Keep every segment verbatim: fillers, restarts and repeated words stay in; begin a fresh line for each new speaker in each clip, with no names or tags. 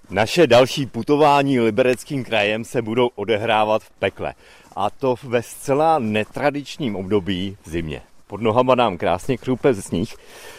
Naše další putování Libereckým krajem se budou odehrávat v pekle. A to ve zcela netradičním období v zimě. Pod nohama nám krásně křupe sníh.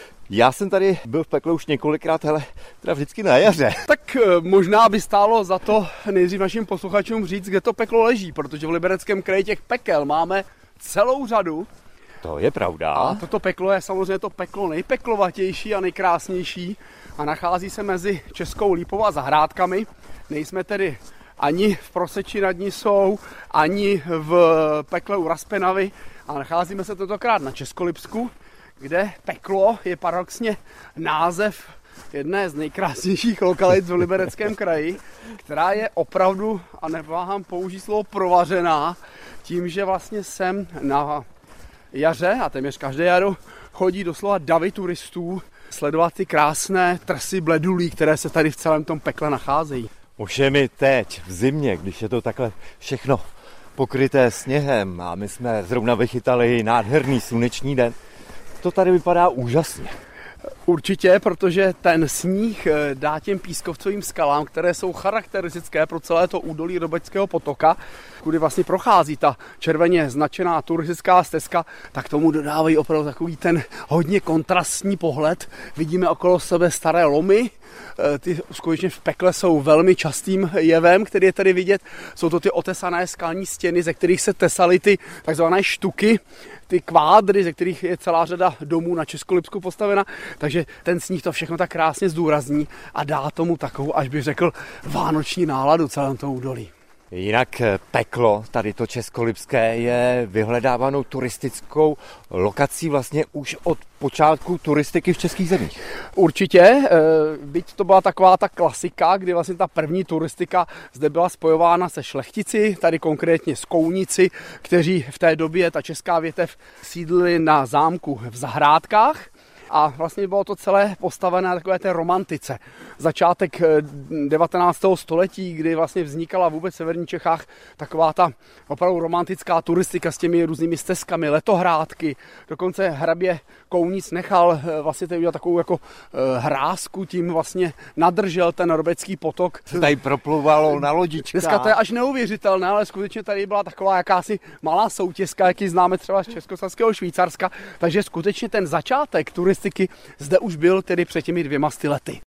Já jsem tady byl v pekle už několikrát, ale teda vždycky na jaře.
Tak možná by stálo za to nejdřív našim posluchačům říct, kde to peklo leží, protože v Libereckém kraji těch pekel máme celou řadu.
To je pravda.
A toto peklo je samozřejmě to peklo nejpeklovatější a nejkrásnější a nachází se mezi Českou Lípou a Zahrádkami. Nejsme tedy ani v Proseči nad Nisou, ani v pekle u Raspenavy a nacházíme se tentokrát na Českolipsku, kde peklo je paradoxně název jedné z nejkrásnějších lokalit v Libereckém kraji, která je opravdu, a neváhám použít slovo, provařená tím, že vlastně sem na jaře, a téměř každé jaro, chodí doslova davy turistů sledovat ty krásné trsy bledulí, které se tady v celém tom pekle nacházejí.
Už je mi teď v zimě, když je to takhle všechno pokryté sněhem a my jsme zrovna vychytali nádherný sluneční den, to tady vypadá úžasně.
Určitě, protože ten sníh dá těm pískovcovým skalám, které jsou charakteristické pro celé to údolí Robeckého potoka, kudy vlastně prochází ta červeně značená turistická stezka, tak tomu dodávají opravdu takový ten hodně kontrastní pohled. Vidíme okolo sebe staré lomy, ty skutečně v pekle jsou velmi častým jevem, který je tady vidět. Jsou to ty otesané skalní stěny, ze kterých se tesaly ty takzvané štuky, ty kvádry, ze kterých je celá řada domů na Českolipsku postavena, takže ten sníh to všechno tak krásně zdůrazní a dá tomu takovou, až bych řekl, vánoční náladu celém toho údolí.
Jinak peklo, tady to Českolipské, je vyhledávanou turistickou lokací vlastně už od počátku turistiky v českých zemích.
Určitě, byť to byla taková ta klasika, kdy vlastně ta první turistika zde byla spojována se šlechtici, tady konkrétně s kounici, kteří v té době, ta česká větev, sídlili na zámku v Zahrádkách. A vlastně bylo to celé postavené na takové té romantice. Začátek devatenáctého století, kdy vlastně vznikala vůbec v severních Čechách taková ta opravdu romantická turistika s těmi různými stezkami, letohrádky. Dokonce hrabě Kounic nechal vlastně tady udělat takovou jako hrázku, tím vlastně nadržel ten Robecký potok.
Se tady proplouvalo na lodičkách.
Dneska to je až neuvěřitelné, ale skutečně tady byla taková jakási malá soutězka, jaký známe třeba z Českoslovanského Švýcarska. Takže skutečně ten začátek turistiky zde už byl tedy před těmi dvěma sty lety.